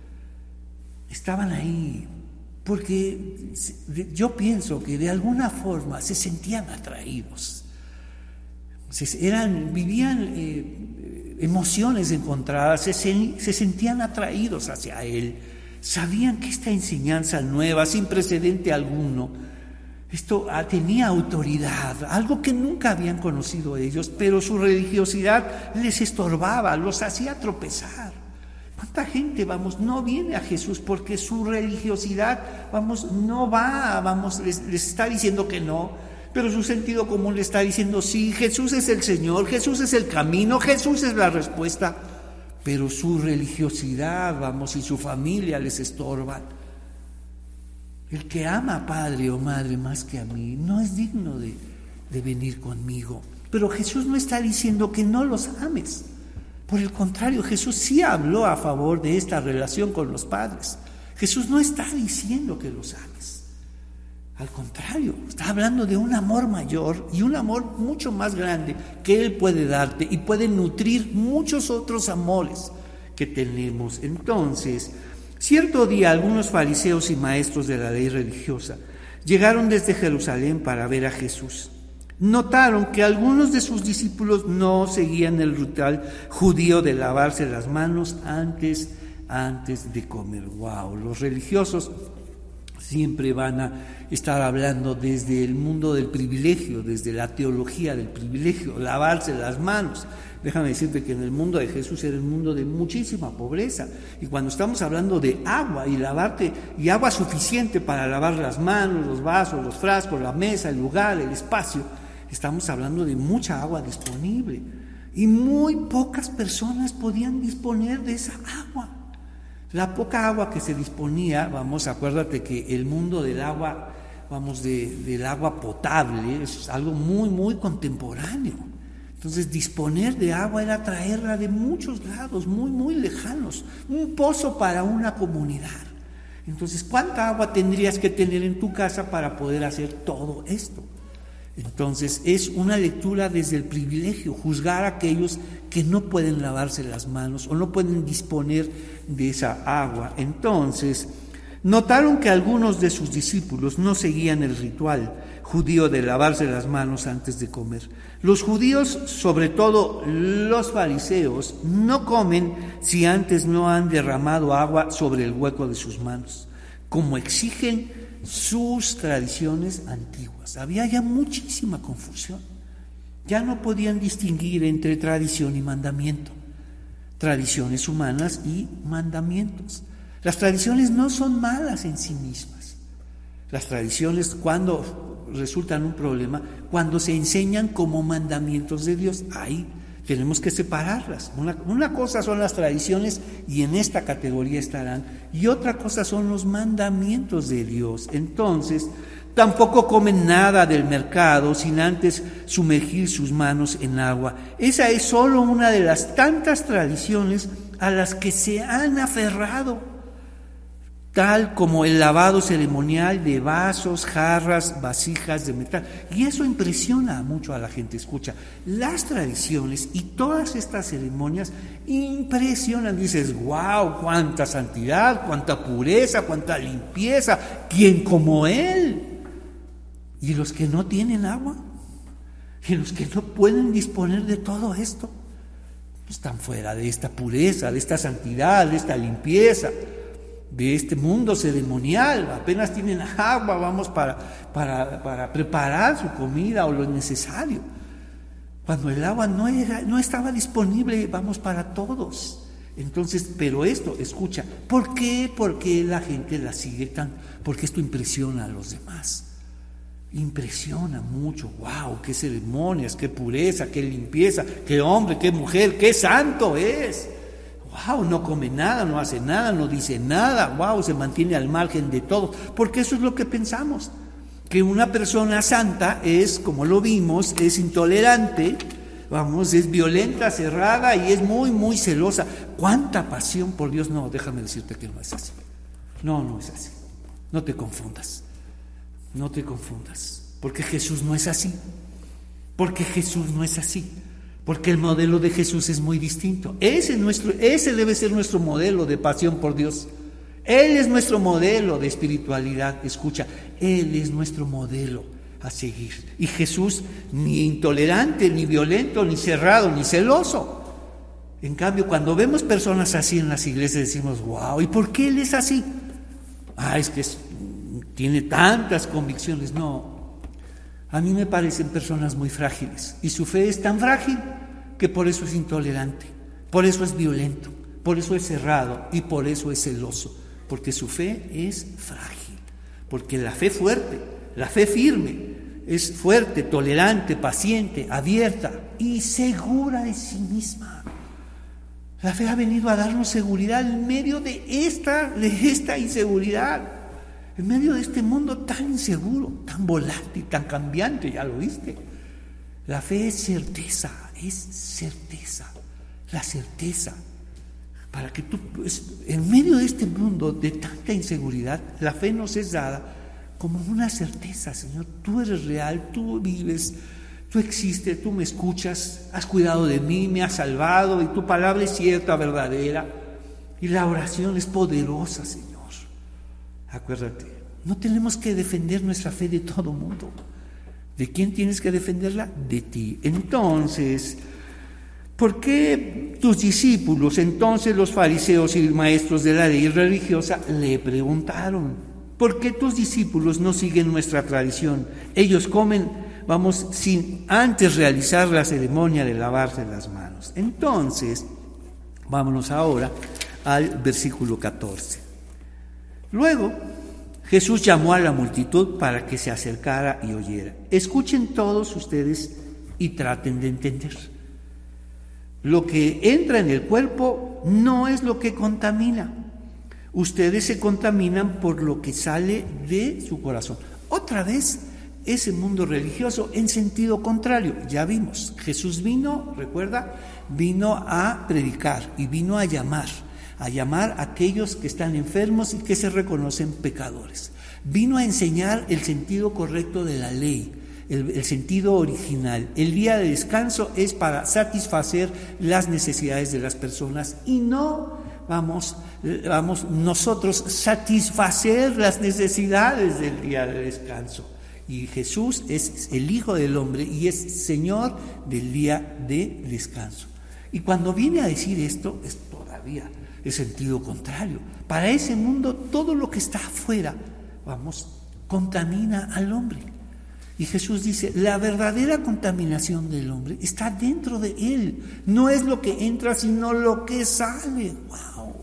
[SPEAKER 1] Estaban ahí. Porque yo pienso que de alguna forma se sentían atraídos, se, eran, vivían eh, emociones encontradas, se, se sentían atraídos hacia él, sabían que esta enseñanza nueva, sin precedente alguno, esto tenía autoridad, algo que nunca habían conocido ellos, pero su religiosidad les estorbaba, los hacía tropezar. ¿Cuánta gente, vamos, no viene a Jesús porque su religiosidad, vamos, no va, vamos, les, les está diciendo que no, Pero su sentido común le está diciendo, sí, Jesús es el Señor, Jesús es el camino, Jesús es la respuesta. Pero su religiosidad, vamos, y su familia les estorban. El que ama a padre o madre más que a mí no es digno de, de venir conmigo. Pero Jesús no está diciendo que no los ames. Por el contrario, Jesús sí habló a favor de esta relación con los padres. Jesús no está diciendo que los ames. Al contrario, está hablando de un amor mayor y un amor mucho más grande que Él puede darte y puede nutrir muchos otros amores que tenemos. Entonces, cierto día algunos fariseos y maestros de la ley religiosa llegaron desde Jerusalén para ver a Jesús. Notaron que algunos de sus discípulos no seguían el ritual judío de lavarse las manos antes, antes de comer. ¡Wow! Los religiosos siempre van a estar hablando desde el mundo del privilegio, desde la teología del privilegio, lavarse las manos. Déjame decirte que en el mundo de Jesús era un mundo de muchísima pobreza. Y cuando estamos hablando de agua y lavarte, y agua suficiente para lavar las manos, los vasos, los frascos, la mesa, el lugar, el espacio, estamos hablando de mucha agua disponible. Y muy pocas personas podían disponer de esa agua. La poca agua que se disponía, vamos, acuérdate que el mundo del agua, vamos, de, del agua potable, es algo muy, muy contemporáneo. Entonces, disponer de agua era traerla de muchos lados, muy, muy lejanos, un pozo para una comunidad. Entonces, ¿cuánta agua tendrías que tener en tu casa para poder hacer todo esto? Entonces, es una lectura desde el privilegio, juzgar a aquellos que no pueden lavarse las manos o no pueden disponer de esa agua. Entonces, notaron que algunos de sus discípulos no seguían el ritual judío de lavarse las manos antes de comer. Los judíos, sobre todo los fariseos, no comen si antes no han derramado agua sobre el hueco de sus manos, como exigen sus tradiciones antiguas. Había ya muchísima confusión. Ya no podían distinguir entre tradición y mandamiento, tradiciones humanas y mandamientos. Las tradiciones no son malas en sí mismas. Las tradiciones, cuando resultan un problema, cuando se enseñan como mandamientos de Dios, ahí tenemos que separarlas. Una, una cosa son las tradiciones y en esta categoría estarán, y otra cosa son los mandamientos de Dios. Entonces, tampoco comen nada del mercado sin antes sumergir sus manos en agua. Esa es solo una de las tantas tradiciones a las que se han aferrado, tal como el lavado ceremonial de vasos, jarras, vasijas de metal. Y eso impresiona mucho a la gente. Escucha, las tradiciones y todas estas ceremonias impresionan. Dices, wow, cuánta santidad, cuánta pureza, cuánta limpieza. ¿Quién como Él? ¿Y los que no tienen agua? ¿Y los que no pueden disponer de todo esto? Están fuera de esta pureza, de esta santidad, de esta limpieza, de este mundo ceremonial. Apenas tienen agua, vamos, para, para, para preparar su comida o lo necesario. Cuando el agua no, era, no estaba disponible, vamos, para todos. Entonces, pero esto, escucha, ¿por qué? Porque la gente la sigue tan, porque esto impresiona a los demás. Impresiona mucho. Wow, qué ceremonias, qué pureza, qué limpieza, qué hombre, qué mujer, qué santo es. Wow, no come nada, no hace nada, no dice nada. Wow, se mantiene al margen de todo. Porque eso es lo que pensamos. Que una persona santa es, como lo vimos, es intolerante, vamos, es violenta, cerrada y es muy, muy celosa. ¿Cuánta pasión por Dios? No, déjame decirte que no es así. No, no es así. No te confundas. No te confundas. Porque Jesús no es así. Porque Jesús no es así. Porque el modelo de Jesús es muy distinto. Ese, nuestro, ese debe ser nuestro modelo de pasión por Dios. Él es nuestro modelo de espiritualidad. Escucha, Él es nuestro modelo a seguir. Y Jesús ni intolerante, ni violento, ni cerrado, ni celoso. En cambio, cuando vemos personas así en las iglesias decimos, wow, ¿y por qué Él es así? Ah, es que es, tiene tantas convicciones. No. A mí me parecen personas muy frágiles y su fe es tan frágil que por eso es intolerante, por eso es violento, por eso es cerrado y por eso es celoso, porque su fe es frágil, porque la fe fuerte, la fe firme es fuerte, tolerante, paciente, abierta y segura de sí misma. La fe ha venido a darnos seguridad en medio de esta, de esta inseguridad, en medio de este mundo tan inseguro, tan volátil, tan cambiante, ya lo viste. La fe es certeza, es certeza, la certeza. Para que tú, pues, en medio de este mundo de tanta inseguridad, la fe nos es dada como una certeza. Señor, tú eres real, tú vives, tú existes, tú me escuchas, has cuidado de mí, me has salvado y tu palabra es cierta, verdadera. Y la oración es poderosa, Señor. Acuérdate, no tenemos que defender nuestra fe de todo mundo. ¿De quién tienes que defenderla? De ti. Entonces, ¿por qué tus discípulos, entonces los fariseos y maestros de la ley religiosa, le preguntaron: ¿por qué tus discípulos no siguen nuestra tradición? Ellos comen, vamos, sin antes realizar la ceremonia de lavarse las manos. Entonces, vámonos ahora al versículo catorce. Luego, Jesús llamó a la multitud para que se acercara y oyera. Escuchen todos ustedes y traten de entender. Lo que entra en el cuerpo no es lo que contamina. Ustedes se contaminan por lo que sale de su corazón. Otra vez, ese mundo religioso en sentido contrario. Ya vimos, Jesús vino, recuerda, vino a predicar y vino a llamar, a llamar a aquellos que están enfermos y que se reconocen pecadores. Vino a enseñar el sentido correcto de la ley. El, el sentido original. El día de descanso es para satisfacer las necesidades de las personas y no vamos, vamos nosotros satisfacer las necesidades del día de descanso. Y Jesús es el Hijo del Hombre y es Señor del día de descanso. Y cuando viene a decir esto, es todavía el sentido contrario. Para ese mundo, todo lo que está afuera, vamos, contamina al hombre. Y Jesús dice, la verdadera contaminación del hombre está dentro de él. No es lo que entra, sino lo que sale. ¡Wow!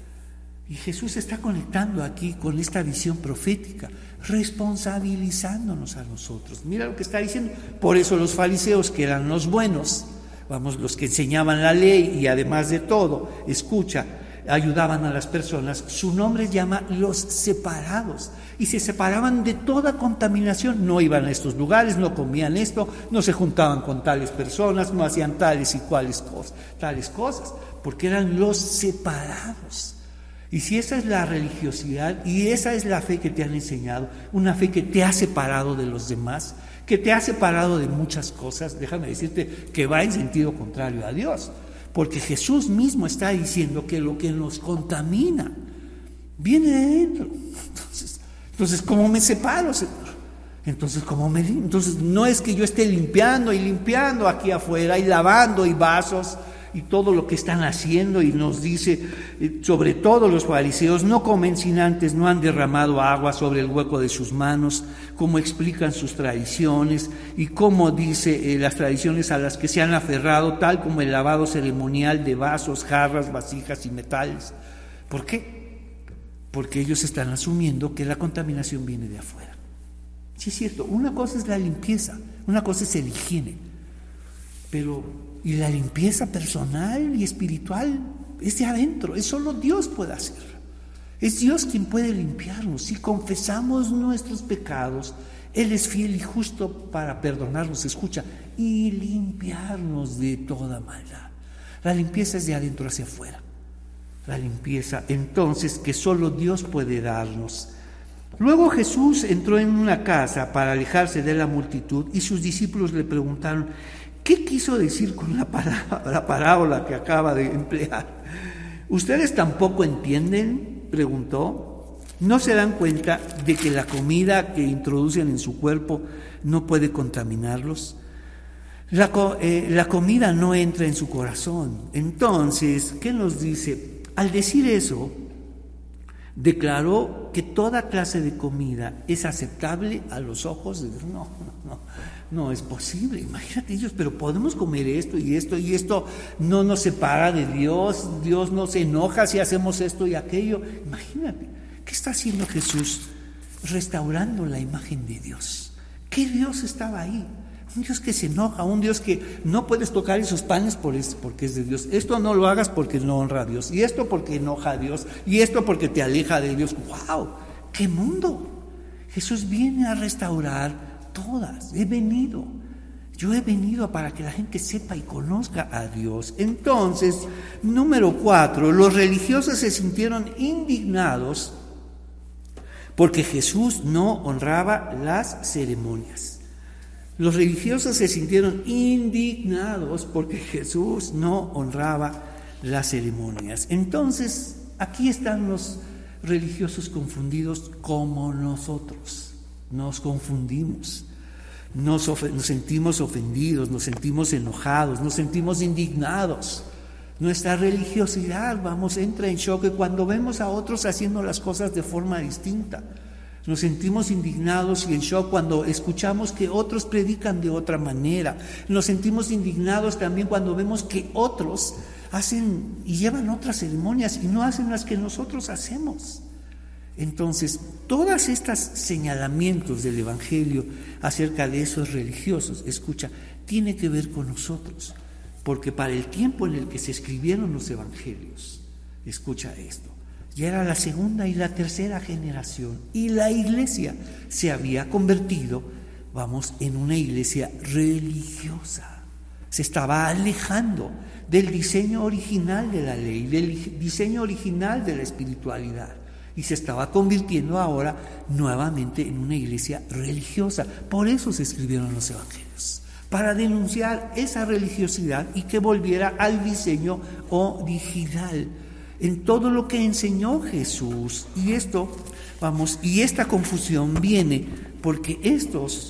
[SPEAKER 1] Y Jesús está conectando aquí con esta visión profética, responsabilizándonos a nosotros. Mira lo que está diciendo. Por eso los fariseos, que eran los buenos, vamos, los que enseñaban la ley y además de todo, escucha, ayudaban a las personas, su nombre llama los separados, y se separaban de toda contaminación. No iban a estos lugares, no comían esto, no se juntaban con tales personas, no hacían tales y cuales cosas, tales cosas, porque eran los separados. Y si esa es la religiosidad y esa es la fe que te han enseñado, una fe que te ha separado de los demás, que te ha separado de muchas cosas, déjame decirte que va en sentido contrario a Dios. Porque Jesús mismo está diciendo que lo que nos contamina viene de dentro. Entonces, entonces ¿cómo me separo, Señor? Entonces, ¿cómo me limpio? Entonces, no es que yo esté limpiando y limpiando aquí afuera y lavando y vasos y todo lo que están haciendo, y nos dice, sobre todo los fariseos, no comen sin antes, no han derramado agua sobre el hueco de sus manos, como explican sus tradiciones, y como dice eh, las tradiciones a las que se han aferrado, tal como el lavado ceremonial de vasos, jarras, vasijas y metales. ¿Por qué? Porque ellos están asumiendo que la contaminación viene de afuera. Sí es cierto, una cosa es la limpieza, una cosa es el higiene, pero y la limpieza personal y espiritual es de adentro, es solo Dios puede hacer. Es Dios quien puede limpiarnos. Si confesamos nuestros pecados, Él es fiel y justo para perdonarnos, escucha, y limpiarnos de toda maldad. La limpieza es de adentro hacia afuera. La limpieza, entonces, que solo Dios puede darnos. Luego Jesús entró en una casa para alejarse de la multitud y sus discípulos le preguntaron, ¿qué quiso decir con la parábola, la parábola que acaba de emplear? ¿Ustedes tampoco entienden?, preguntó. ¿No se dan cuenta de que la comida que introducen en su cuerpo no puede contaminarlos? La, eh, la comida no entra en su corazón. Entonces, ¿qué nos dice? Al decir eso, declaró que toda clase de comida es aceptable a los ojos de Dios. No, no, no. No es posible, imagínate ellos, pero podemos comer esto y esto y esto no nos separa de Dios, Dios no se enoja si hacemos esto y aquello. Imagínate, ¿qué está haciendo Jesús? Restaurando la imagen de Dios, ¿Qué Dios estaba ahí? Un Dios que se enoja, un Dios que no puedes tocar esos panes por eso, porque es de Dios. Esto no lo hagas porque no honra a Dios. Y esto porque enoja a Dios. Y esto porque te aleja de Dios. ¡Wow! ¡Qué mundo! Jesús viene a restaurar todas. He venido. Yo he venido para que la gente sepa y conozca a Dios. Entonces, número cuatro, los religiosos se sintieron indignados porque Jesús no honraba las ceremonias. Los religiosos se sintieron indignados porque Jesús no honraba las ceremonias. Entonces, aquí están los religiosos confundidos como nosotros. Nos confundimos, nos, of- nos sentimos ofendidos, nos sentimos enojados, nos sentimos indignados. Nuestra religiosidad, vamos, entra en choque cuando vemos a otros haciendo las cosas de forma distinta. Nos sentimos indignados y en shock cuando escuchamos que otros predican de otra manera. Nos sentimos indignados también cuando vemos que otros hacen y llevan otras ceremonias y no hacen las que nosotros hacemos. Entonces, todos estos señalamientos del Evangelio acerca de esos religiosos, escucha, tiene que ver con nosotros, porque para el tiempo en el que se escribieron los Evangelios, escucha esto, ya era la segunda y la tercera generación y la iglesia se había convertido, vamos, en una iglesia religiosa. Se estaba alejando del diseño original de la ley, del diseño original de la espiritualidad y se estaba convirtiendo ahora nuevamente en una iglesia religiosa. Por eso se escribieron los evangelios, para denunciar esa religiosidad y que volviera al diseño original en todo lo que enseñó Jesús. Y esto, vamos, y esta confusión viene porque estos